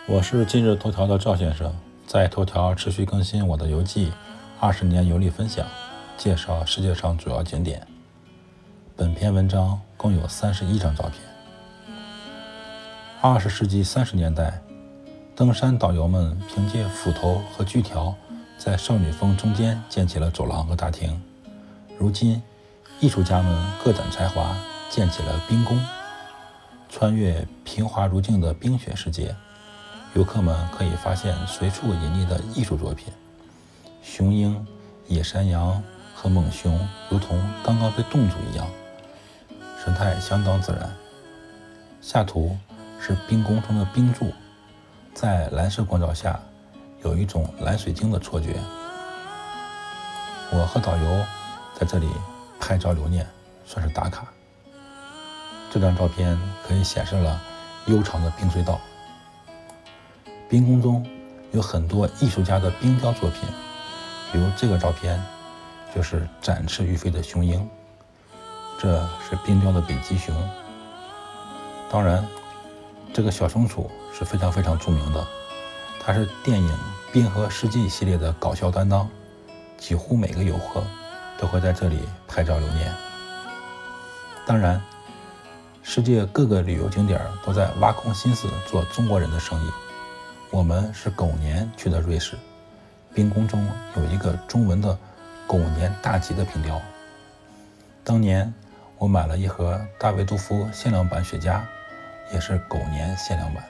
我是今日头条的赵先生，在头条持续更新我的游记，20年游历分享，介绍世界上主要景点。本篇文章共有31张照片。20世纪30年代，登山导游们凭借斧头和锯条，在少女峰中间建起了走廊和大厅。如今，艺术家们各展才华，建起了冰宫。穿越平滑如镜的冰雪世界，游客们可以发现随处隐匿的艺术作品，雄鹰、野山羊和猛熊如同刚刚被冻住一样，神态相当自然。下图是冰宫中的冰柱，在蓝色光照下有一种蓝水晶的错觉。我和导游在这里拍照留念，算是打卡。这张照片可以显示了悠长的冰隧道。冰宫中有很多艺术家的冰雕作品，比如这个照片就是展翅欲飞的雄鹰，这是冰雕的北极熊。当然，这个小松鼠是非常著名的，它是电影《冰河世纪》系列的搞笑担当，几乎每个游客都会在这里拍照留念。当然，世界各个旅游景点都在挖空心思做中国人的生意。我们是狗年去的瑞士，冰宫中有一个中文的狗年大吉的冰雕。当年我买了一盒大卫杜夫限量版雪茄，也是狗年限量版。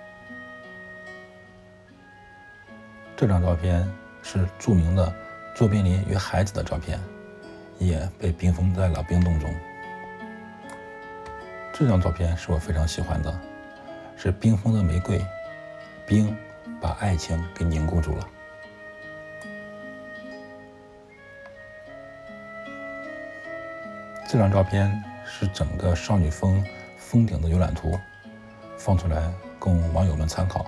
这张照片是著名的卓别林与孩子的照片，也被冰封在了冰洞中。这张照片是我非常喜欢的，是冰封的玫瑰，冰把爱情给凝固住了。这张照片是整个少女峰峰顶的游览图，放出来供网友们参考。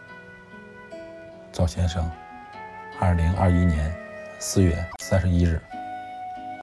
赵先生，2021年4月31日。